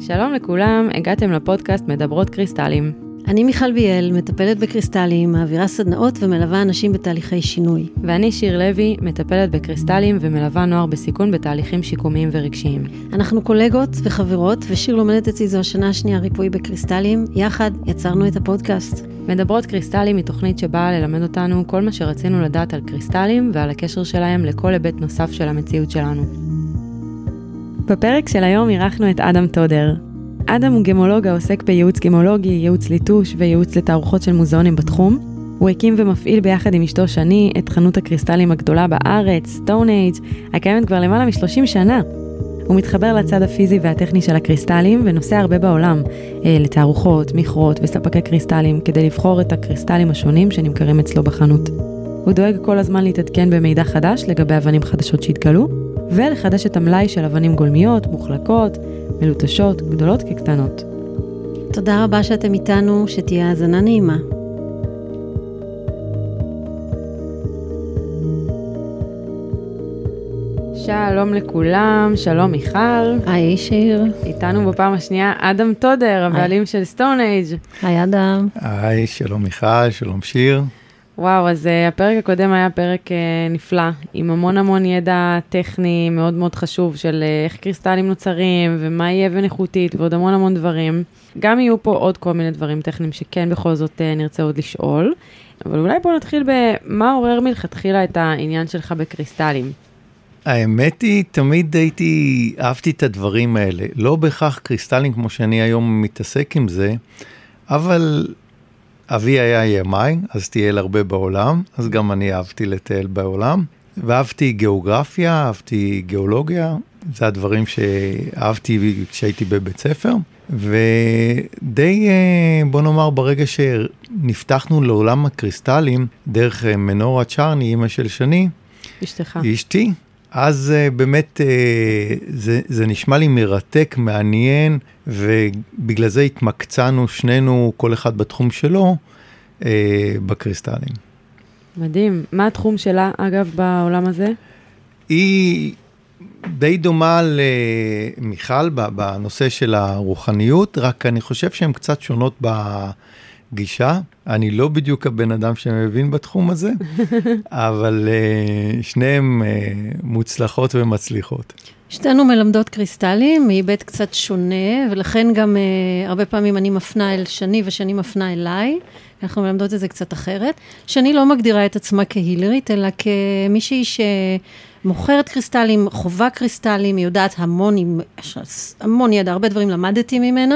שלום לכולם, הגעתם לפודקאסט מדברות קריסטלים. אני מיכל ביאל, מטפלת בקריסטלים, מעבירה סדנאות ומלווה אנשים בתהליכי שינוי. ואני שיר לוי, מטפלת בקריסטלים ומלווה נוער בסיכון בתהליכים שיקומיים ורגשיים. אנחנו קולגות וחברות, ושיר לומדת אצלי זו השנה השנייה ריפוי בקריסטלים. יחד יצרנו את הפודקאסט. מדברות קריסטלים היא תוכנית שבאה ללמד אותנו כל מה שרצינו לדעת על קריסטלים ועל הקשר שלהם לכל היבט נוסף של המציאות שלנו. בפרק של היום אירחנו את אדם טודר. אדם הוא גמולוג העוסק בייעוץ גמולוגי, ייעוץ ליטוש וייעוץ לתערוכות של מוזיאונים בתחום. הוא הקים ומפעיל ביחד עם אשתו שני את חנות הקריסטלים הגדולה בארץ, סטון אייג', הקיימת כבר למעלה מ-30 שנה. הוא מתחבר לצד הפיזי והטכני של הקריסטלים ונוסע הרבה בעולם, לתערוכות, מכרות וספקי קריסטלים, כדי לבחור את הקריסטלים השונים שנמכרים אצלו בחנות. הוא דואג כל הזמן להתעדכן במידע חדש לגבי אבנים חדשות שהתגלו, ולחדש את המלאי של אבנים גולמיות, מוחלקות, מלוטשות, גדולות כקטנות. תודה רבה שאתם איתנו, שתהיה האזנה נעימה. שלום לכולם, שלום מיכל. היי שיר. איתנו בפעם השנייה אדם טודר, הבעלים של סטון אייג'. היי אדם. היי, שלום מיכל, שלום שיר. וואו, אז הפרק הקודם היה פרק נפלא, עם המון ידע טכני מאוד מאוד חשוב של איך קריסטלים נוצרים, ומה יהיה אבן איכותית, ועוד המון דברים. גם יהיו פה עוד כל מיני דברים טכניים שכן בכל זאת נרצה עוד לשאול, אבל אולי בוא נתחיל במה עורר מלכתחילה את העניין שלך בקריסטלים. האמת היא, תמיד אהבתי את הדברים האלה. לא בהכרח קריסטלים כמו שאני היום מתעסק עם זה, אבל אבי היה ימי, אז טייל הרבה בעולם, אז גם אני אהבתי לטייל בעולם. ואהבתי גיאוגרפיה, אהבתי גיאולוגיה, זה הדברים שאהבתי כשהייתי בבית ספר. ודי, בוא נאמר, ברגע שנפתחנו לעולם הקריסטלים, דרך מנורה צ'רני, אמא של שני, אשתי, אז באמת זה נשמע לי מרתק, מעניין, ובגלל זה התמקצענו שנינו, כל אחד בתחום שלו, בקריסטלים. מדהים. מה התחום שלה, אגב, בעולם הזה? היא די דומה למיכל בנושא של הרוחניות, רק אני חושב שהן קצת שונות בגישה. אני לא בדיוק הבן אדם שמבין בתחום הזה, אבל שניהם מוצלחות ומצליחות. שתינו מלמדות קריסטלים, מהיבט קצת שונה, ולכן גם הרבה פעמים אני מפנה אל שני ושני מפנה אליי, אנחנו מלמדות את זה קצת אחרת. שני לא מגדירה את עצמה כהילרית, אלא כמישהי שמוכרת קריסטלים, חובה קריסטלים, היא יודעת המון ידע, הרבה דברים למדתי ממנה,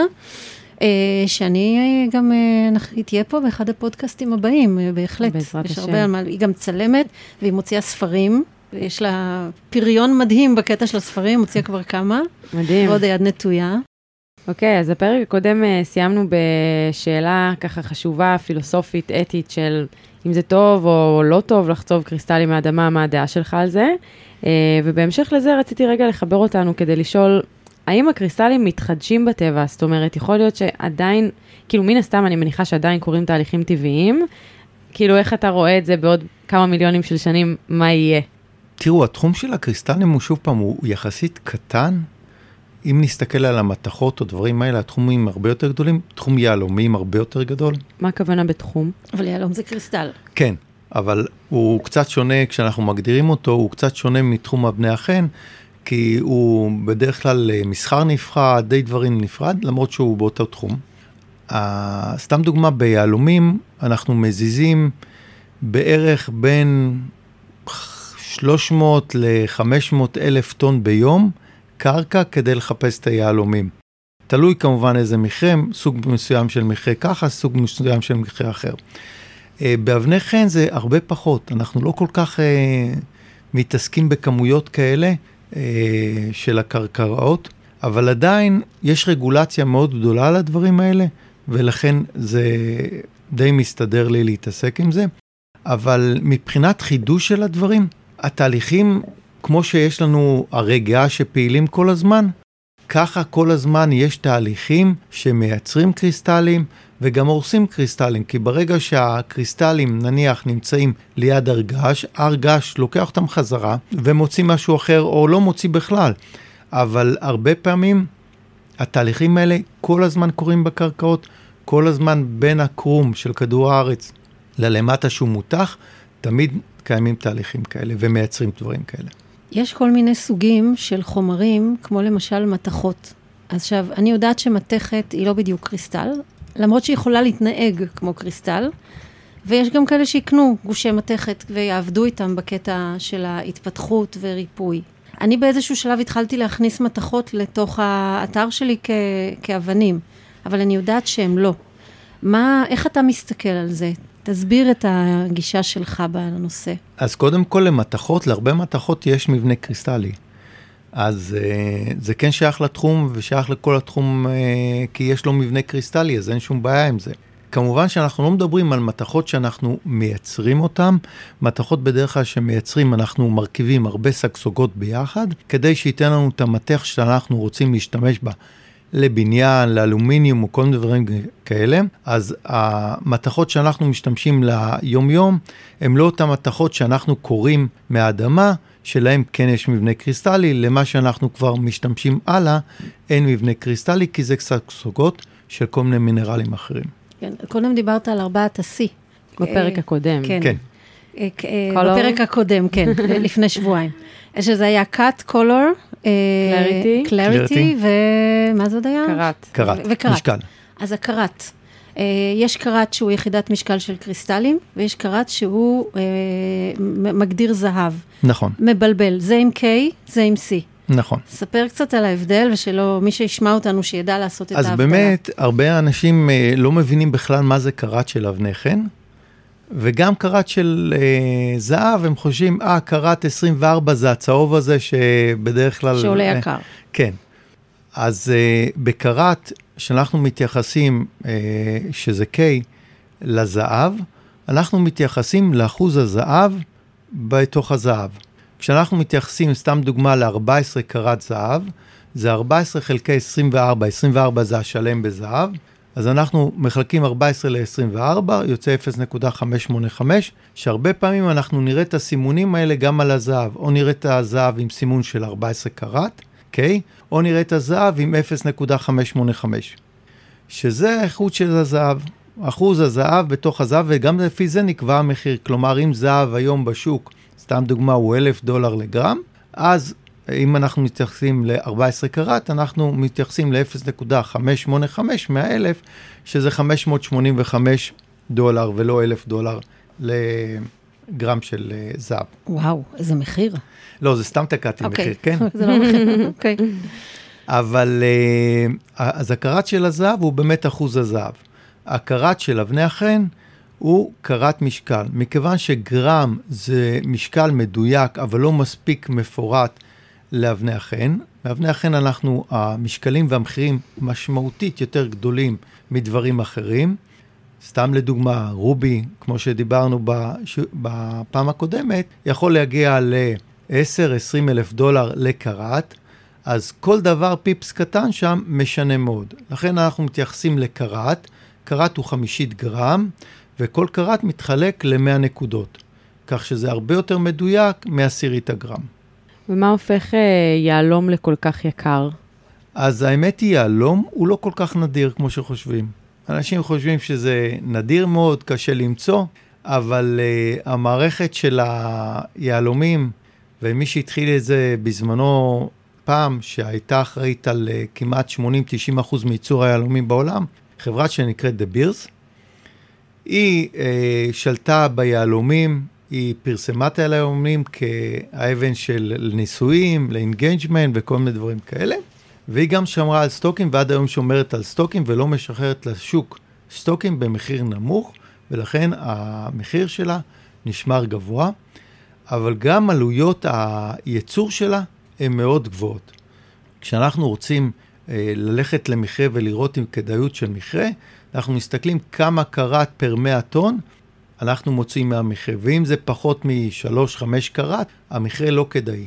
שאני גם תהיה פה באחד הפודקאסטים הבאים, בהחלט. יש הרבה על מה, היא גם צלמת, והיא מוציאה ספרים, יש לה פריון מדהים בקטע של הספרים, מוציאה כבר כמה. מדהים. ועוד היד נטויה. אוקיי, אז הפרק הקודם סיימנו בשאלה ככה חשובה, פילוסופית, אתית, של אם זה טוב או לא טוב לחצוב קריסטלים מהאדמה, מה הדעה שלך על זה. ובהמשך לזה רציתי רגע לחבר אותנו כדי לשאול, האם הקריסטלים מתחדשים בטבע? זאת אומרת, יכול להיות שעדיין, כאילו מן הסתם אני מניחה שעדיין קורים תהליכים טבעיים, כאילו איך אתה רואה את זה בעוד כמה מיליונים של שנים, מה יהיה? תראו, התחום של הקריסטלים הוא שוב פעם, הוא יחסית קטן. אם נסתכל על המתכות או דברים האלה, התחומים הרבה יותר גדולים, תחום יהלומים הרבה יותר גדול. מה הכוונה בתחום? אבל יהלום זה קריסטל. כן, אבל הוא קצת שונה, כשאנחנו מגדירים אותו, הוא קצת שונה מתחום אבני החן, כי הוא בדרך כלל מסחר נפרד, די דברים נפרד, למרות שהוא באותו תחום. סתם דוגמה, ביהלומים אנחנו מזיזים בערך בין 300 ל-500 אלף טון ביום, קרקע כדי לחפש את היהלומים. תלוי כמובן איזה מכרה, סוג מסוים של מכרה ככה, סוג מסוים של מכרה אחר. באבני חן זה הרבה פחות, אנחנו לא כל כך מתעסקים בכמויות כאלה של הקרקעות, אבל עדיין יש רגולציה מאוד גדולה על הדברים האלה, ולכן זה די מסתדר לי להתעסק עם זה. אבל מבחינת חידוש של הדברים, התהליכים, כמו שיש לנו הרגעה שפעילים כל הזמן, ככה כל הזמן יש תהליכים שמייצרים קריסטלים וגם הורסים קריסטלים, כי ברגע שהקריסטלים נניח נמצאים ליד הר געש לוקח אותם חזרה ומוציא משהו אחר או לא מוציא בכלל, אבל הרבה פעמים התהליכים האלה כל הזמן קורים בקרקעות, כל הזמן בין הקרום של כדור הארץ ללמטה שהוא מותח, תמיד קיימים תהליכים כאלה ומייצרים דברים כאלה. יש כל מיני סוגים של חומרים, כמו למשל מתכות. עכשיו, אני יודעת שמתכת היא לא בדיוק קריסטל, למרות שהיא יכולה להתנהג כמו קריסטל, ויש גם כאלה שיקנו גושי מתכת ויעבדו איתם בקטע של ההתפתחות וריפוי. אני באיזשהו שלב התחלתי להכניס מתכות לתוך האתר שלי כאבנים, אבל אני יודעת שהם לא. איך אתה מסתכל על זה? תסביר את הגישה שלך בנושא. אז קודם כל למתכות, להרבה מתכות יש מבנה קריסטלי. אז זה כן שייך לתחום ושייך לכל התחום, כי יש לו מבנה קריסטלי, אז אין שום בעיה עם זה. כמובן שאנחנו לא מדברים על מתכות שאנחנו מייצרים אותם, מתכות בדרך כלל שמייצרים, אנחנו מרכיבים הרבה סגסוגות ביחד, כדי שייתן לנו את המתך שאנחנו רוצים להשתמש בה, לבניין, לאלומיניום או כל מיני דברים כאלה. אז המתכות שאנחנו משתמשים ליום יום, הם לא אותם מתכות שאנחנו קוראים מהאדמה, שלהם כן יש מבנה קריסטלי, למה שאנחנו כבר משתמשים הלאה, אין מבנה קריסטלי, כי זה סגסוגות של כל מיני מינרלים אחרים. כן, קודם דיברת על 4 ה-C. בפרק הקודם. כן. בפרק הקודם, כן, לפני שבועיים. שזה היה cut, color, clarity, ומה זה עוד היה? קרת. וקרת. משקל. אז הקרת. יש קרת שהוא יחידת משקל של קריסטלים, ויש קרת שהוא מגדיר זהב. נכון. מבלבל. זה עם K, זה עם C. נכון. ספר קצת על ההבדל, ושלא, מי שישמע אותנו, שידע לעשות את ההבדלה. אז באמת, הרבה אנשים לא מבינים בכלל מה זה קרת של אבני חן, וגם קרת של זהב, הם חושבים, קרת 24 זה הצהוב הזה, שבדרך כלל... שעולה יקר. כן. אז בקרת, שאנחנו מתייחסים, שזה K, לזהב, אנחנו מתייחסים לאחוז הזהב בתוך הזהב. כשאנחנו מתייחסים, סתם דוגמה, ל-14 קרת זהב, זה 14 חלקי 24, 24 זה השלם בזהב, אז אנחנו מחלקים 14 ל-24, יוצא 0.585, שהרבה פעמים אנחנו נראה את הסימונים האלה גם על הזהב, או נראה את הזהב עם סימון של 14 קרת, אוקיי? או נראה את הזהב עם 0.585, שזה האיכות של הזהב, אחוז הזהב בתוך הזהב, וגם לפי זה נקבע המחיר, כלומר אם זהב היום בשוק, סתם דוגמה הוא $1,000 לגרם, אז אם אנחנו מתייחסים ל-14 קרת, אנחנו מתייחסים ל-0.585 מה-1,000, שזה $585 ולא $1,000 לגרם של זהב. וואו, איזה מחיר. לא, זה סתם תקעתי מחיר, כן? זה לא מחיר, אוקיי. אבל אז הקרת של הזהב הוא באמת אחוז הזהב. הקרת של אבני החן הוא קרת משקל. מכיוון שגרם זה משקל מדויק, אבל לא מספיק מפורט לאבני החן. מאבני החן המשקלים והמחירים משמעותית יותר גדולים מדברים אחרים. סתם לדוגמה, רובי, כמו שדיברנו בפעם הקודמת, יכול להגיע $10,000-20,000 לקרת, אז כל דבר פיפס קטן שם משנה מאוד. לכן אנחנו מתייחסים לקרת, קרת הוא 50 גרם, וכל קרת מתחלק ל100 נקודות, כך שזה הרבה יותר מדויק מ10 הגרם. ומה הופך יעלום לכל כך יקר? אז האמת היא, יעלום הוא לא כל כך נדיר כמו שחושבים. אנשים חושבים שזה נדיר מאוד, קשה למצוא, אבל המערכת של היעלומים, ומי שהתחיל את זה בזמנו פעם, שהייתה אחראית על כמעט 80-90% מייצור היעלומים בעולם, חברה שנקראת The Beers, היא שלטה ביעלומים, היא פרסמה את היעלומים כאבן של ניסויים, לאינגייג'מנט וכל מיני דברים כאלה, והיא גם שמרה על סטוקים, ועד היום שומרת על סטוקים ולא משחררת לשוק סטוקים במחיר נמוך, ולכן המחיר שלה נשמר גבוה, אבל גם עלויות הייצור שלה הן מאוד גבוהות. כשאנחנו רוצים ללכת למחרה ולראות עם כדאיות של מחרה, אנחנו מסתכלים כמה קרת פר 100 טון, אנחנו מוצאים מהמחרה, ואם זה פחות מ3-5 קרת, המחרה לא כדאי.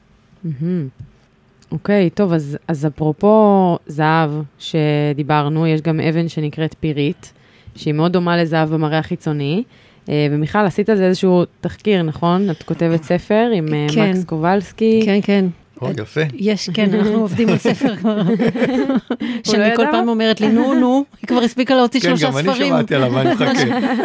אוקיי, טוב, אז אפרופו זהב שדיברנו, יש גם אבן שנקראת פירית, שהיא מאוד דומה לזהב במראה החיצוני, ומיכל, עשית על זה איזשהו תחקיר, נכון? את כותבת ספר עם מקס קובלסקי. כן, כן. יפה. יש, כן, אנחנו עובדים על ספר כבר. שאני כל פעם אומרת לי, נו, היא כבר הספיקה להוציא 3 ספרים. כן, גם אני שמעתי עליו, אני מחכה.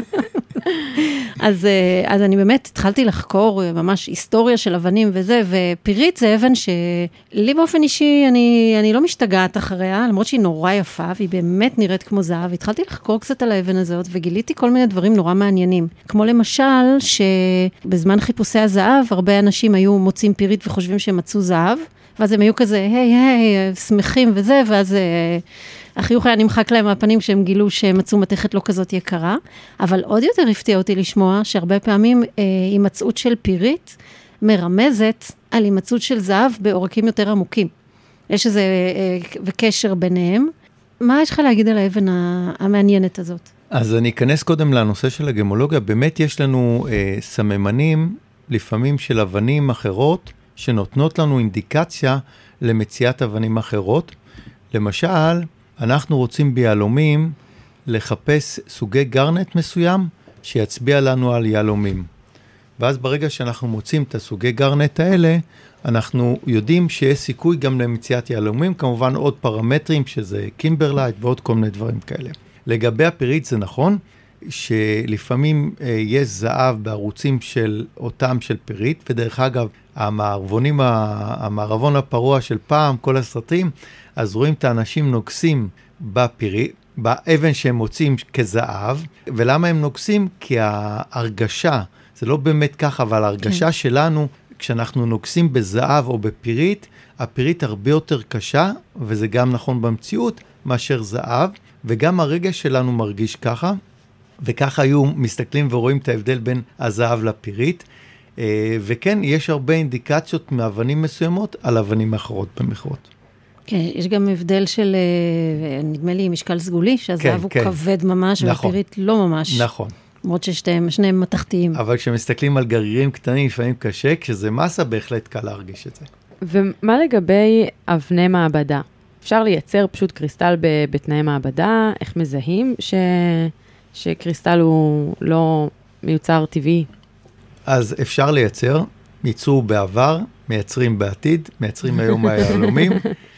אז אני באמת התחלתי לחקור ממש היסטוריה של אבנים וזה, ופירית זה אבן שלי באופן אישי, אני לא משתגעת אחריה, למרות שהיא נורא יפה, והיא באמת נראית כמו זהב. התחלתי לחקור קצת על האבן הזאת, וגיליתי כל מיני דברים נורא מעניינים. כמו למשל, שבזמן חיפושי הזהב, הרבה אנשים היו מוצאים פירית וחושבים שהם מצאו זהב, ואז הם היו כזה, היי, שמחים וזה, ואז החיוך היה נמחק להם מהפנים כשהם גילו שהם מצאו מתכת לא כזאת יקרה, אבל עוד יותר הפתיע אותי לשמוע שהרבה פעמים הימצאות של פירית מרמזת על הימצאות של זהב בעורקים יותר עמוקים. יש איזה וקשר ביניהם. מה יש לך להגיד על האבן המעניינת הזאת? אז אני אכנס קודם לנושא של הגמולוגיה. באמת יש לנו סממנים, לפעמים של אבנים אחרות, שנותנות לנו אינדיקציה למציאת אבנים אחרות. למשל, אנחנו רוצים ביהלומים לחפש סוגי גרנט מסוים שיצביע לנו על יהלומים. ואז ברגע שאנחנו מוצאים את הסוגי גרנט האלה, אנחנו יודעים שיש סיכוי גם למציאת יהלומים, כמובן עוד פרמטרים שזה קימברלייט ועוד כל מיני דברים כאלה. לגבי הפירית זה נכון, שלפעמים יש זהב בערוצים של אותם של פירית, ודרך אגב, המערבון הפרוע של פעם, כל הסרטים, אז רואים את האנשים נוגסים בפירית, באבן שהם מוצאים כזהב, ולמה הם נוגסים? כי ההרגשה, זה לא באמת ככה, אבל ההרגשה שלנו, כשאנחנו נוגסים בזהב או בפירית, הפירית הרבה יותר קשה, וזה גם נכון במציאות, מאשר זהב, וגם הרגש שלנו מרגיש ככה, וככה היו מסתכלים ורואים את ההבדל בין הזהב לפירית, וכן, יש הרבה אינדיקציות מאבנים מסוימות על אבנים אחרות במכרות. כן, יש גם הבדל של, נדמה לי, משקל סגולי, שהזהב הוא כבד ממש, והפירית לא ממש. נכון. למרות ששניהם מתכתיים. אבל כשמסתכלים על גרעינים קטנים, לפעמים קשה, כשזה מסה, בהחלט קל להרגיש את זה. ומה לגבי אבני מעבדה? אפשר לייצר פשוט קריסטל בתנאי מעבדה, איך מזהים שקריסטל הוא לא מיוצר טבעי? אז אפשר לייצר, ייצרו בעבר, מייצרים בעתיד, מייצרים היום היהלומים.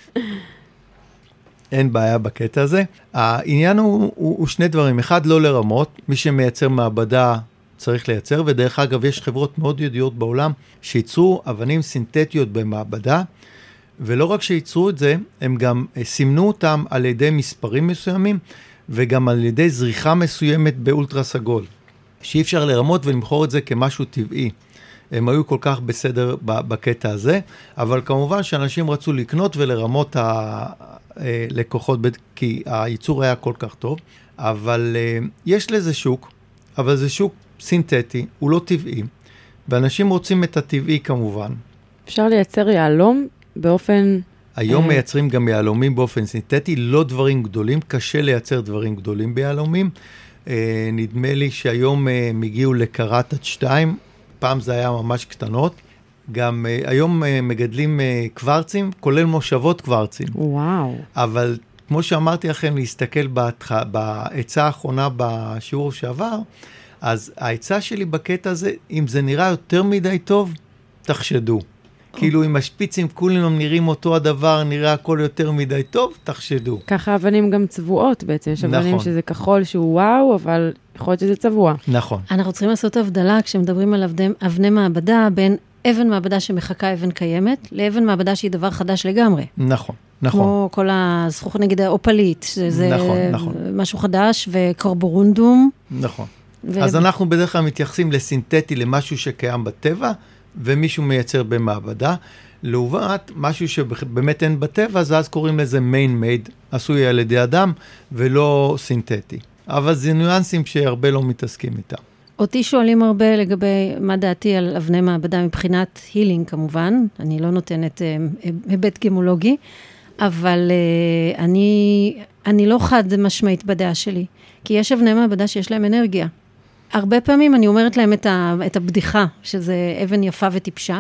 אין בעיה בקטע הזה. העניין הוא שני דברים. אחד, לא לרמות. מי שמייצר מעבדה צריך לייצר, ודרך אגב, יש חברות מאוד ידיעות בעולם שייצרו אבנים סינתטיות במעבדה, ולא רק שייצרו את זה, הם גם סימנו אותם על ידי מספרים מסוימים, וגם על ידי זריחה מסוימת באולטרה סגול, שאי אפשר לרמות ולמכור את זה כמשהו טבעי. הם היו כל כך בסדר בקטע הזה, אבל כמובן שאנשים רצו לקנות ולרמות הלקוחות, כי הייצור היה כל כך טוב, אבל יש לזה שוק, אבל זה שוק סינתטי, הוא לא טבעי, ואנשים רוצים את הטבעי כמובן. אפשר לייצר יהלום באופן... היום מייצרים גם יהלומים באופן סינתטי, לא דברים גדולים, קשה לייצר דברים גדולים ביהלומים. נדמה לי שהיום הם הגיעו לקרת עד 2, פעם זה היה ממש קטנות. גם היום מגדלים קוורצים, כולל מושבות קוורצים. וואו. אבל כמו שאמרתי לכם, להסתכל בהצעה האחרונה בשיעור שעבר, אז ההצעה שלי בקטע הזה, אם זה נראה יותר מדי טוב, תחשדו. כאילו עם השפיצים כולם נראים אותו הדבר, נראה הכל יותר מדי טוב, תחשדו. ככה אבנים גם צבועות בעצם, יש אבנים שזה כחול שהוא וואו, אבל יכול להיות שזה צבוע. נכון. אנחנו צריכים לעשות הבדלה כשמדברים על אבני מעבדה, בין אבן מעבדה שמחכה אבן קיימת, לאבן מעבדה שהיא דבר חדש לגמרי. נכון, נכון. כמו כל הזכוך נגד האופלית, זה נכון. משהו חדש, וקרבורונדום. נכון. אז אנחנו בדרך כלל מתייחסים לסינתטי, למשהו שקיים בטבע, ומישהו מייצר במעבדה, לעומת משהו שבאמת אין בטבע, אז קוראים לזה man-made, עשוי על ידי אדם, ולא סינתטי. אבל זה ניואנסים שהרבה לא מתעסקים איתם. אותי שואלים הרבה לגבי מה דעתי על אבני מעבדה מבחינת הילינג כמובן, אני לא נותנת היבט גמולוגי, אבל אני לא חד משמעית בדעה שלי, כי יש אבני מעבדה שיש להם אנרגיה. הרבה פעמים אני אומרת להם את הבדיחה, שזה אבן יפה וטיפשה,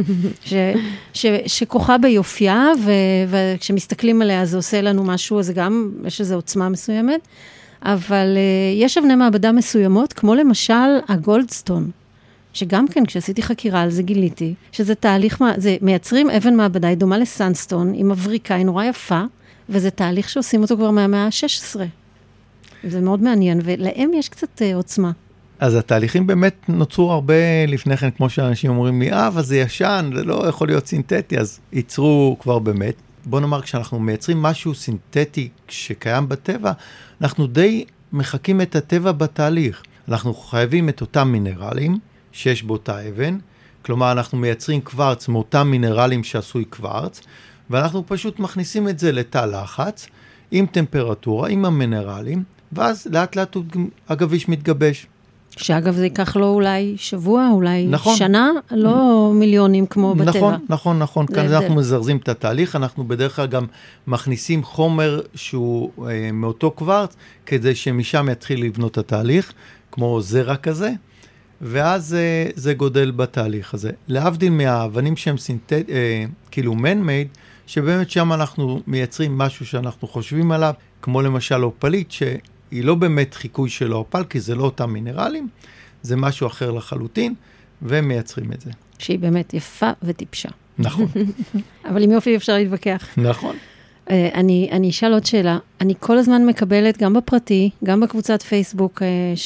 שכוחה ביופייה, וכשמסתכלים עליה זה עושה לנו משהו, אז גם יש איזו עוצמה מסוימת, אבל יש אבני מעבדה מסוימות, כמו למשל הגולדסטון, שגם כן, כשעשיתי חקירה על זה, גיליתי, שזה תהליך, זה מייצרים אבן מעבדה, היא דומה לסנסטון, היא מבריקה, היא נורא יפה, וזה תהליך שעושים אותו כבר מהמאה ה-16. זה מאוד מעניין, ולהם יש קצת עוצמה. אז התהליכים באמת נוצרו הרבה לפני כן, כמו שאנשים אומרים לי, אבל זה ישן, זה לא יכול להיות סינתטי, אז ייצרו כבר באמת. בוא נאמר, כשאנחנו מייצרים משהו סינתטי שקיים בטבע, אנחנו די מחקים את הטבע בתהליך. אנחנו חייבים את אותם מינרלים שיש באותה אבן, כלומר אנחנו מייצרים קוורץ מאותם מינרלים שעשוי קוורץ, ואנחנו פשוט מכניסים את זה לתא לחץ, עם טמפרטורה, עם המינרלים, ואז לאט לאט הגביש מתגבש. שאגב זה ייקח לו אולי שבוע, אולי נכון. שנה, לא מיליונים כמו בטבע. נכון. כאן אנחנו מזרזים את התהליך, אנחנו בדרך כלל גם מכניסים חומר שהוא מאותו קוורץ, כדי שמשם יתחיל לבנות את התהליך, כמו זרע כזה, ואז זה גודל בתהליך הזה. להבדיל מהאבנים שהם כאילו man-made, שבאמת שם אנחנו מייצרים משהו שאנחנו חושבים עליו, כמו למשל אופלית, היא לא באמת חיקוי של האופל, כי זה לא אותם מינרלים, זה משהו אחר לחלוטין, והם מייצרים את זה. שהיא באמת יפה וטיפשה. נכון. אבל עם יופי אפשר להתווכח. נכון. אני אשאל עוד שאלה. אני כל הזמן מקבלת, גם בפרטי, גם בקבוצת פייסבוק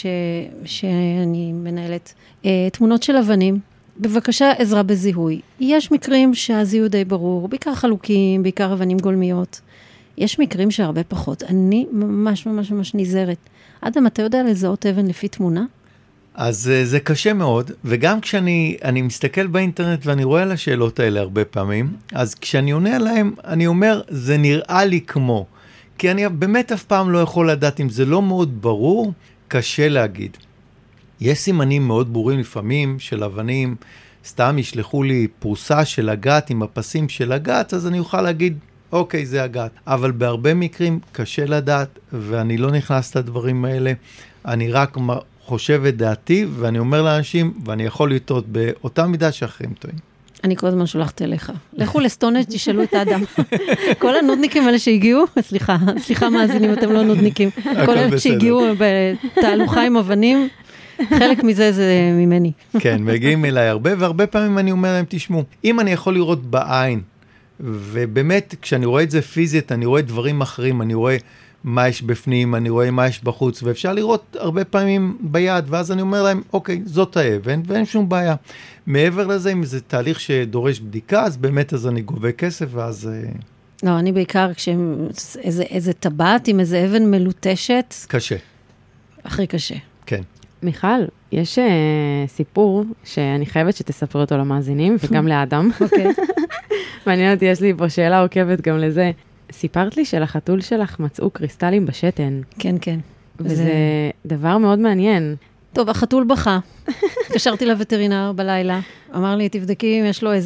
שאני מנהלת, תמונות של אבנים. בבקשה, עזרה בזיהוי. יש מקרים שהזיהוי די ברור, בעיקר חלוקים, בעיקר אבנים גולמיות. יש מקרים שהרבה פחות. אני ממש נזהרת. אדם, אתה יודע לזהות אבן לפי תמונה? אז זה קשה מאוד, וגם כשאני מסתכל באינטרנט ואני רואה על השאלות האלה הרבה פעמים, אז כשאני עונה עליהם, אני אומר, זה נראה לי כמו. כי אני באמת אף פעם לא יכול לדעת, אם זה לא מאוד ברור, קשה להגיד. יש סימנים מאוד ברורים לפעמים של אבנים, סתם ישלחו לי פרוסה של הגת עם הפסים של הגת, אז אני אוכל להגיד, אוקיי, זה הגת. אבל בהרבה מקרים קשה לדעת, ואני לא נכנס לדברים האלה. אני רק חושב את דעתי, ואני אומר לאנשים, ואני יכול לטעות באותה מידה שאחרים טועים. אני כל הזמן שולחת אליך. לכו לסטונג' תשאלו את האדם. כל הנודניקים האלה שהגיעו, סליחה מאזינים, אתם לא נודניקים. כל אלה שהגיעו בתהלוכה עם אבנים, חלק מזה זה ממני. כן, מגיעים אליי הרבה, והרבה פעמים אני אומר להם, תשמעו, אם אני יכול לראות בעין, ובאמת, כשאני רואה את זה פיזית, אני רואה דברים אחרים, אני רואה מה יש בפנים, אני רואה מה יש בחוץ, ואפשר לראות הרבה פעמים ביד, ואז אני אומר להם, אוקיי, זאת האבן, ואין שום בעיה. מעבר לזה, אם זה תהליך שדורש בדיקה, אז באמת אז אני גובה כסף, ואז... לא, אני בעיקר איזה טבעת עם איזה אבן מלוטשת. קשה. הכי קשה. כן. מיכל, יש סיפור שאני חייבת שתספר אותו למאזינים, וגם לאדם. אוקיי. מעניין אותי, יש לי פה שאלה עוקבת גם לזה. סיפרת לי שלחתול שלך מצאו קריסטלים בשתן. כן. וזה דבר מאוד מעניין. טוב, החתול בכה. קשרתי לווטרינר בלילה, אמר לי, תבדקי אם יש לו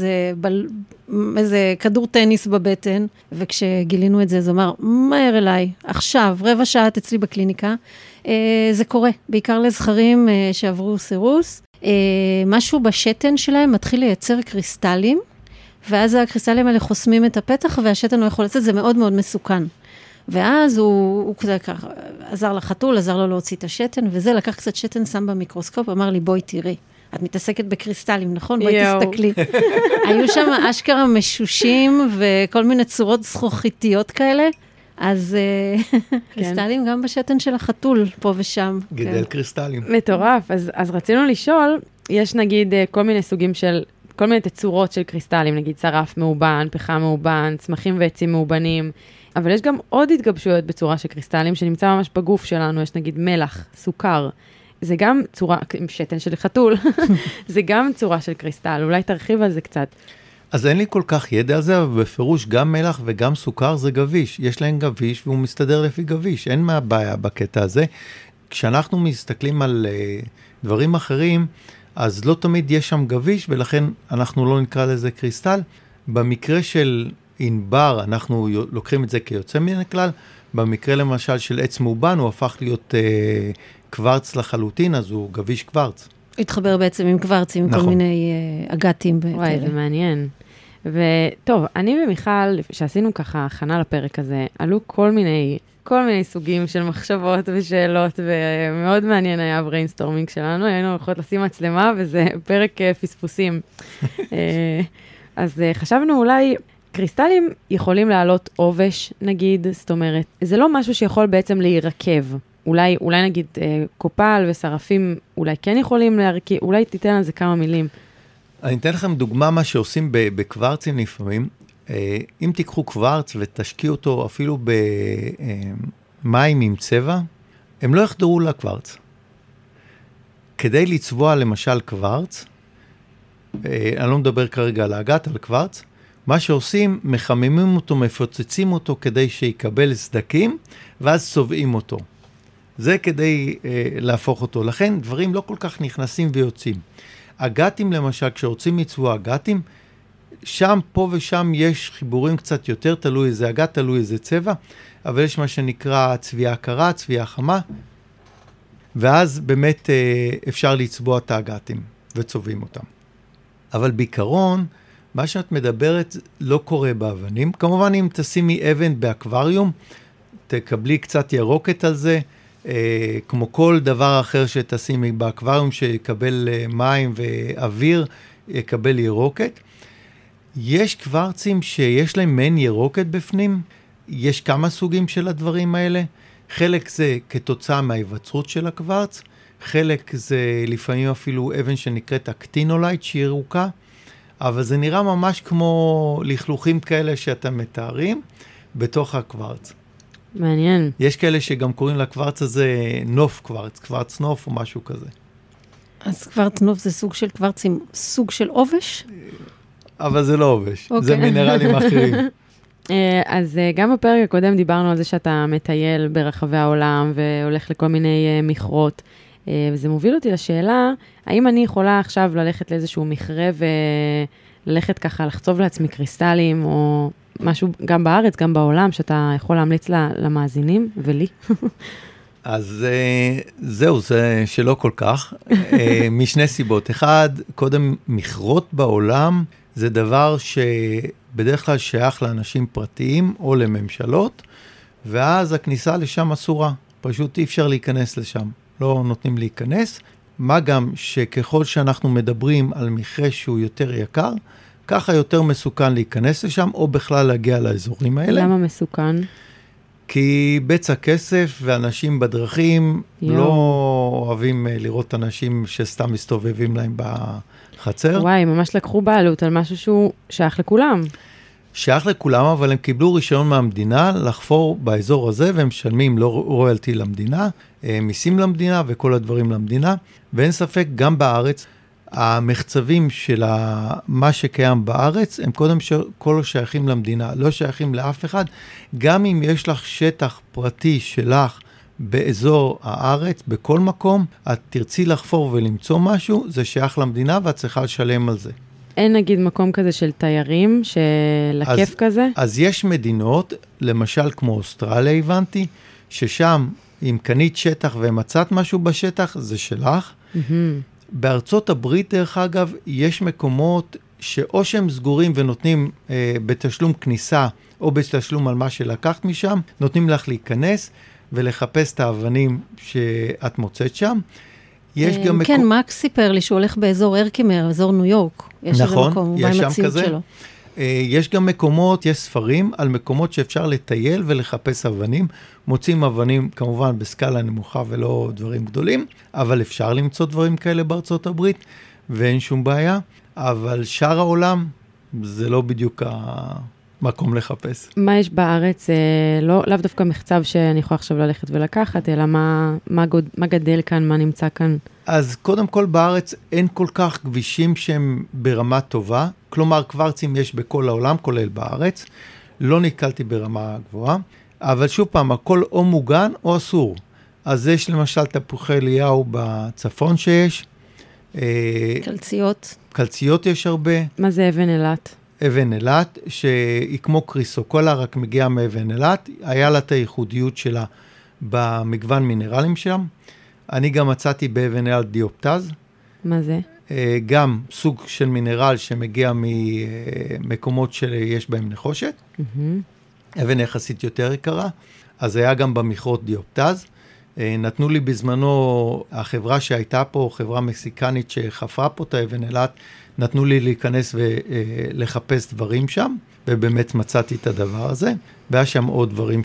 איזה כדור טניס בבטן, וכשגילינו את זה, אז אמר, מהר אליי, עכשיו, רבע שעה אצלי בקליניקה, זה קורה, בעיקר לזכרים שעברו סירוס, משהו בשתן שלהם מתחיל לייצר קריסטלים, ואז הקריסטלים האלה חוסמים את הפתח, והשתן לא יכול לצאת, זה מאוד מאוד מסוכן. ואז הוא עזר לחתול, עזר לו להוציא את השתן, וזה לקח קצת שתן, שם במיקרוסקופ, אמר לי, בואי תראי, את מתעסקת בקריסטלים, נכון? בואי תסתכלי. היו שם אשכרה משושים, וכל מיני צורות זכוכיתיות כאלה, אז קריסטלים גם בשתן של החתול, פה ושם. גידל קריסטלים. מטורף, אז רצינו לשאול, יש נגיד כל מיני סוגים של, כל מיני תצורות של קריסטלים, נגיד שרף מאובן, פחם מאובן, צמחים ועצים מאובנים, אבל יש גם עוד התגבשויות בצורה של קריסטלים, שנמצא ממש בגוף שלנו, יש נגיד מלח, סוכר, זה גם צורה, שתן של חתול, זה גם צורה של קריסטל, אולי תרחיב על זה קצת. אז אין לי כל כך ידע על זה, אבל בפירוש גם מלח וגם סוכר זה גביש, יש להם גביש והוא מסתדר לפי גביש, אין מה בעיה בקטע הזה. כשאנחנו מסתכלים על דברים אחרים, אז לא תמיד יש שם גביש, ולכן אנחנו לא נקרא לזה קריסטל. במקרה של ענבר, אנחנו לוקחים את זה כיוצא מן הכלל, במקרה למשל של עץ מאובן, הוא הפך להיות קוורץ לחלוטין, אז הוא גביש קוורץ. התחבר בעצם עם קוורצים, נכון. כל מיני אגטים. וואי, זה מעניין. וטוב, אני ומיכל, שעשינו ככה הכנה לפרק הזה, עלו כל כל מיני סוגים של מחשבות ושאלות, ומאוד מעניין היה הבריינסטורמינג שלנו, היינו הולכות לשים מצלמה, וזה פרק פספוסים. אז חשבנו אולי, קריסטלים יכולים לעלות עובש, נגיד, זאת אומרת, זה לא משהו שיכול בעצם להירקב. אולי נגיד קופל ושרפים אולי כן יכולים להרכיב, אולי תיתן על זה כמה מילים. אני אתן לכם דוגמה מה שעושים בקוורצים לפעמים. אם תיקחו קוורץ ותשקיעו אותו אפילו במים עם צבע, הם לא יחדרו לקוורץ. כדי לצבוע למשל קוורץ, אני לא מדבר כרגע על האגת, על קוורץ, מה שעושים, מחממים אותו, מפוצצים אותו כדי שיקבל סדקים, ואז צובעים אותו. זה כדי להפוך אותו. לכן דברים לא כל כך נכנסים ויוצאים. אגתים למשל, כשרוצים לצבוע אגתים, שם, פה ושם יש חיבורים קצת יותר, תלוי איזה אגת, תלוי איזה צבע, אבל יש מה שנקרא צביעה קרה, צביעה חמה, ואז באמת אפשר לצבוע את האגתים וצובעים אותם. אבל בעיקרון, מה שאת מדברת לא קורה באבנים. כמובן, אם תשימי אבן באקווריום, תקבלי קצת ירוקת על זה, כמו כל דבר אחר שתשימי באקווריום, שיקבל מים ואוויר, יקבל ירוקת. יש קוורצים שיש להם מעין ירוקת בפנים, יש כמה סוגים של הדברים האלה. חלק זה כתוצאה מההיווצרות של הקוורץ, חלק זה לפעמים אפילו אבן שנקראת אקטינולייט שהיא ירוקה, אבל זה נראה ממש כמו לכלוכים כאלה שאתם מתארים בתוך הקוורץ. מעניין. יש כאלה שגם קוראים לקוורץ הזה נוף קוורץ, קוורץ נוף או משהו כזה. אז קוורץ נוף זה סוג של קוורצים, סוג של עובש? אבל זה לא עובש, זה מינרלים אחרים. אז גם בפרק הקודם דיברנו על זה שאתה מטייל ברחבי העולם והולך לכל מיני מכרות, וזה מוביל אותי לשאלה, האם אני יכולה עכשיו ללכת לאיזשהו מכרה וללכת ככה לחצוב לעצמי קריסטלים, או משהו גם בארץ, גם בעולם, שאתה יכול להמליץ למאזינים ולי? אז זהו, זה שלא כל כך, משני סיבות. אחד, קודם מכרות בעולם, זה דבר שבדרך כלל שייך לאנשים פרטיים או לממשלות, ואז הכניסה לשם אסורה, פשוט אי אפשר להיכנס לשם, לא נותנים להיכנס. מה גם שככל שאנחנו מדברים על מכרה שהוא יותר יקר, ככה יותר מסוכן להיכנס לשם, או בכלל להגיע לאזורים האלה. למה מסוכן? כי בצע כסף ואנשים בדרכים לא אוהבים לראות אנשים שסתם מסתובבים להם בחצר. וואי, ממש לקחו בעלות על משהו שהוא שייך לכולם. שייך לכולם, אבל הם קיבלו רישיון מהמדינה לחפור באזור הזה, והם משלמים לא רויאלטי למדינה, מיסים למדינה וכל הדברים למדינה, ואין ספק גם בארץ, המחצבים של מה שקיים בארץ, הם קודם כל שייכים למדינה, לא שייכים לאף אחד. גם אם יש לך שטח פרטי שלך באזור הארץ, בכל מקום, את תרצי לחפור ולמצוא משהו, זה שייך למדינה ואת צריכה לשלם על זה. אין נגיד מקום כזה של תיירים, שלכיף כזה? אז יש מדינות, למשל כמו אוסטרליה הבנתי, ששם אם קנית שטח ומצאת משהו בשטח, זה שלך. בארצות הברית, דרך אגב, יש מקומות שאו שהם סגורים ונותנים בתשלום כניסה, או בתשלום על מה שלקחת משם, נותנים לך להיכנס ולחפש את האבנים שאת מוצאת שם. יש גם כן, מקס סיפר לי שהוא הולך באזור הרקימר, אזור ניו יורק. יש נכון, מקום, יש שם כזה. שלו. יש גם מקומות, יש ספרים על מקומות שאפשר לטייל ולחפש אבנים. מוצאים אבנים כמובן בסקאלה נמוכה ולא דברים גדולים, אבל אפשר למצוא דברים כאלה בארצות הברית, ואין שום בעיה. אבל שאר העולם זה לא בדיוק המקום לחפש. מה יש בארץ? לאו דווקא מחצב שאני יכולה עכשיו ללכת ולקחת, אלא מה גדל כאן, מה נמצא כאן? אז קודם כל בארץ אין כל כך כבישים שהם ברמה טובה, כלומר קוורצים יש בכל העולם, כולל בארץ, לא נתקלתי ברמה גבוהה, אבל שוב פעם, הכל או מוגן או אסור. אז יש למשל תפוחי אליהו בצפון שיש. קלציות. קלציות יש הרבה. מה זה אבן אילת? אבן אילת, שהיא כמו קריסוקולה, רק מגיעה מאבן אילת, היה לה את הייחודיות שלה במגוון מינרלים שם. אני גם מצאתי באבן אילת דיופטז. מה זה? גם סוג של מינרל שמגיע ממקומות שיש בהם נחושת. אבן יחסית יותר יקרה. אז היה גם במכרות דיופטז. נתנו לי בזמנו, החברה שהייתה פה, חברה מקסיקנית שחפרה פה את האבן אילת, נתנו לי להיכנס ולחפש דברים שם, ובאמת מצאתי את הדבר הזה, והיה שם עוד דברים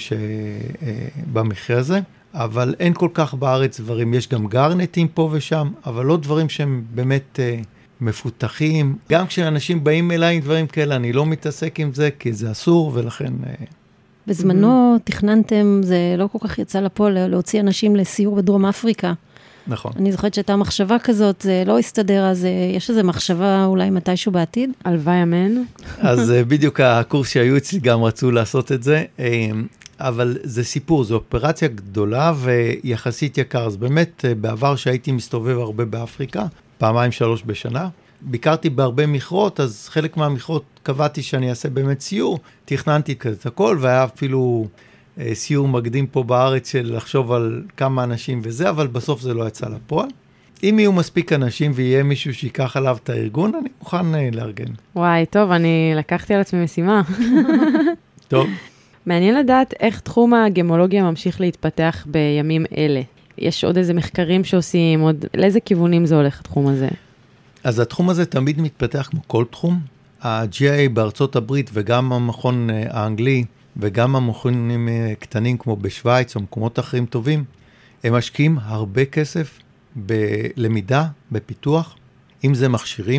במכרה הזה, אבל אין כל כך בארץ דברים, יש גם גרנטים פה ושם, אבל לא דברים שהם באמת מפותחים. גם כשאנשים באים אליי עם דברים כאלה, אני לא מתעסק עם זה, כי זה אסור, ולכן... בזמנו תכננתם, זה לא כל כך יצא לפועל, להוציא אנשים לסיור בדרום אפריקה. נכון. אני זוכרת שהייתה מחשבה כזאת, זה לא הסתדר, אז יש איזו מחשבה אולי מתישהו בעתיד? הלוואי אמן. אז בדיוק הקורס שהיו אצלי גם רצו לעשות את זה, אבל זה סיפור, זו אופרציה גדולה ויחסית יקר. אז באמת בעבר שהייתי מסתובב הרבה באפריקה, 2-3 בשנה, ביקרתי בהרבה מכרות, אז חלק מהמכרות קבעתי שאני אעשה באמת סיור, תכננתי את הכל, והיה אפילו סיור מקדים פה בארץ של לחשוב על כמה אנשים וזה, אבל בסוף זה לא יצא לפועל. אם יהיו מספיק אנשים ויהיה מישהו שיקח עליו את הארגון, אני מוכן לארגן. וואי, טוב, אני לקחתי על עצמי משימה. טוב. מעניין לדעת איך תחום הגמולוגיה ממשיך להתפתח בימים אלה. יש עוד איזה מחקרים שעושים, עוד לאיזה כיוונים זה הולך התחום הזה? אז התחום הזה תמיד מתפתח כמו כל תחום. ה-GIA בארצות הברית וגם המכון האנגלי וגם המכונים קטנים כמו בשוויץ או מקומות אחרים טובים, הם משקיעים הרבה כסף בלמידה, בפיתוח. אם זה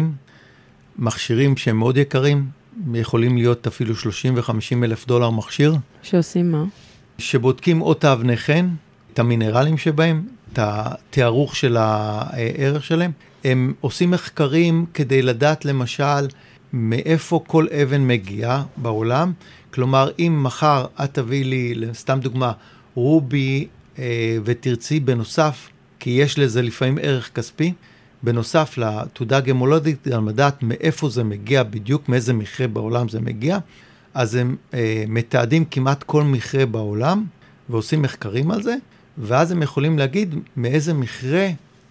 מכשירים שהם מאוד יקרים, יכולים להיות אפילו 30 ו-50 אלף דולר מכשיר. שעושים מה? שבודקים או את האבני חן, את המינרלים שבהם, את התארוך של הערך שלהם. הם עושים מחקרים כדי לדעת למשל מאיפה כל אבן מגיעה בעולם. כלומר, אם מחר את תביא לי, סתם דוגמה, רובי ותרצי בנוסף, כי יש לזה לפעמים ערך כספי, בנוסף לתעודה גמולוגית, על לדעת מאיפה זה מגיע, בדיוק מאיזה מכרה בעולם זה מגיע, אז הם מתעדים כמעט כל מכרה בעולם, ועושים מחקרים על זה, ואז הם יכולים להגיד מאיזה מכרה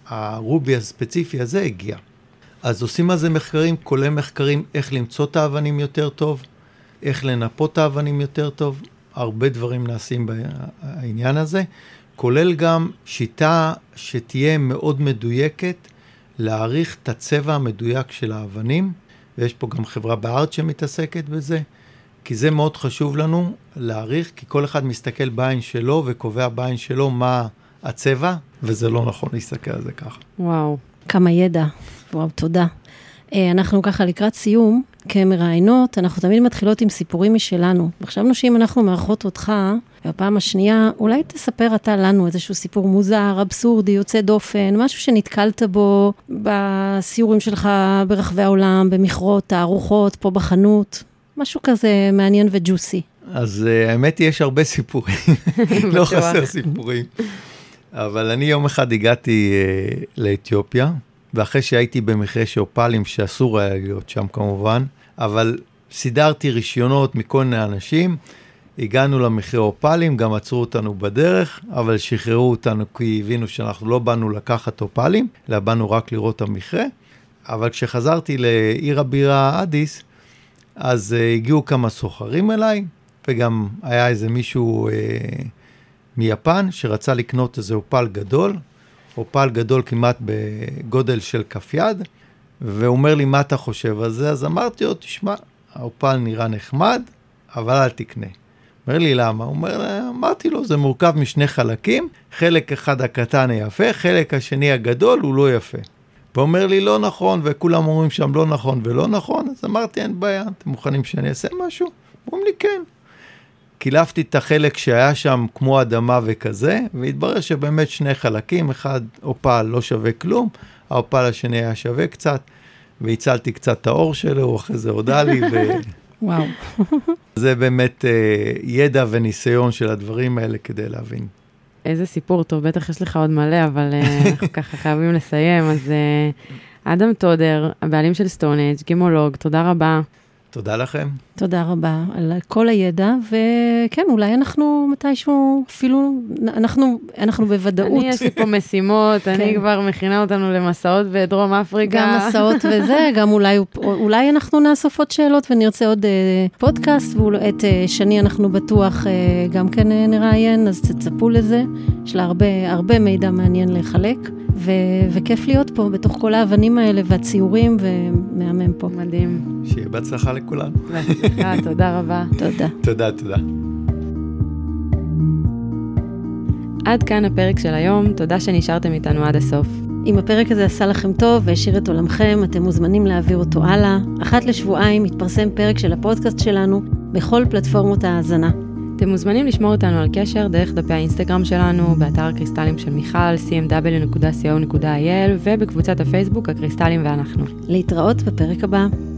הרובי הספציפי הזה הגיע. אז עושים על זה מחקרים, כולל מחקרים איך למצוא את האבנים יותר טוב, איך לנפות את האבנים יותר טוב, הרבה דברים נעשים בעניין הזה, כולל גם שיטה שתהיה מאוד מדויקת, להעריך את הצבע המדויק של האבנים, ויש פה גם חברה בארץ שמתעסקת בזה, כי זה מאוד חשוב לנו להעריך, כי כל אחד מסתכל בעין שלו וקובע בעין שלו מה הצבע, וזה לא נכון להסתכל על זה ככה. וואו. כמה ידע. וואו, תודה. אנחנו ככה לקראת סיום, כמראיינות, אנחנו תמיד מתחילות עם סיפורים משלנו. וחשבנו שאם אנחנו מארחות אותך, והפעם השנייה, אולי תספר אתה לנו איזשהו סיפור מוזר, אבסורדי, יוצא דופן, משהו שנתקלת בו בסיורים שלך ברחבי העולם, במכרות, תערוכות, פה בחנות, משהו כזה מעניין וג'וסי. אז האמת היא, יש הרבה סיפורים, לא חסר סיפורים. אבל אני יום אחד הגעתי לאתיופיה, ואחרי שהייתי במכרה שאופלים, שאסור היה להיות שם כמובן, אבל סידרתי רישיונות מכל מיני אנשים, הגענו למכרה אופלים, גם עצרו אותנו בדרך, אבל שחררו אותנו כי הבינו שאנחנו לא באנו לקחת אופלים, אלא באנו רק לראות את המכרה. אבל כשחזרתי לעיר הבירה אדיס, אז הגיעו כמה סוחרים אליי, וגם היה איזה מישהו מיפן שרצה לקנות איזה אופל גדול, אופל גדול כמעט בגודל של כף יד, והוא אומר לי, מה אתה חושב על זה? אז אמרתי לו, תשמע, האופל נראה נחמד, אבל אל תקנה. אומר לי, למה? אמרתי לו, זה מורכב משני חלקים, חלק אחד הקטן יפה, חלק השני הגדול הוא לא יפה. ואומר לי, לא נכון, וכולם אומרים שם לא נכון ולא נכון, אז אמרתי, אין בעיה, אתם מוכנים שאני אעשה משהו? אומרים לי, כן. קילפתי את החלק שהיה שם כמו אדמה וכזה, והתברר שבאמת שני חלקים, אחד אופל לא שווה כלום, האופל השני היה שווה קצת, והצלתי קצת את האור שלו, אחרי זה הודע לי, וואו. זה באמת ידע וניסיון של הדברים האלה כדי להבין. איזה סיפור טוב, בטח יש לך עוד מלא, אבל אנחנו ככה חייבים לסיים. אז אדם טודר, הבעלים של סטונג', גימולוג, תודה רבה. תודה לכם. תודה רבה על כל הידע, וכן, אולי אנחנו מתישהו, אפילו, אנחנו בוודאות. אני יש לי פה משימות, אני כבר מכינה אותנו למסעות בדרום אפריקה. גם מסעות וזה, גם אולי אנחנו נאסוף עוד שאלות ונרצה עוד פודקאסט, ואת שני אנחנו בטוח גם כן נראיין, אז תצפו לזה. יש לה הרבה מידע מעניין לחלק, וכיף להיות פה בתוך כל האבנים האלה והציורים, ומהמם פה. מדהים. שיהיה בהצלחה לכולנו. בהצלחה, תודה רבה. תודה. תודה. עד כאן הפרק של היום, תודה שנשארתם איתנו עד הסוף. אם הפרק הזה עשה לכם טוב והשאיר את עולמכם, אתם מוזמנים להעביר אותו הלאה. אחת לשבועיים מתפרסם פרק של הפודקאסט שלנו בכל פלטפורמות ההאזנה. אתם מוזמנים לשמור אותנו על קשר דרך דפי האינסטגרם שלנו, באתר הקריסטלים של מיכל, cmw.co.il, ובקבוצת הפייסבוק הקריסטלים ואנחנו. להתראות בפרק הבא.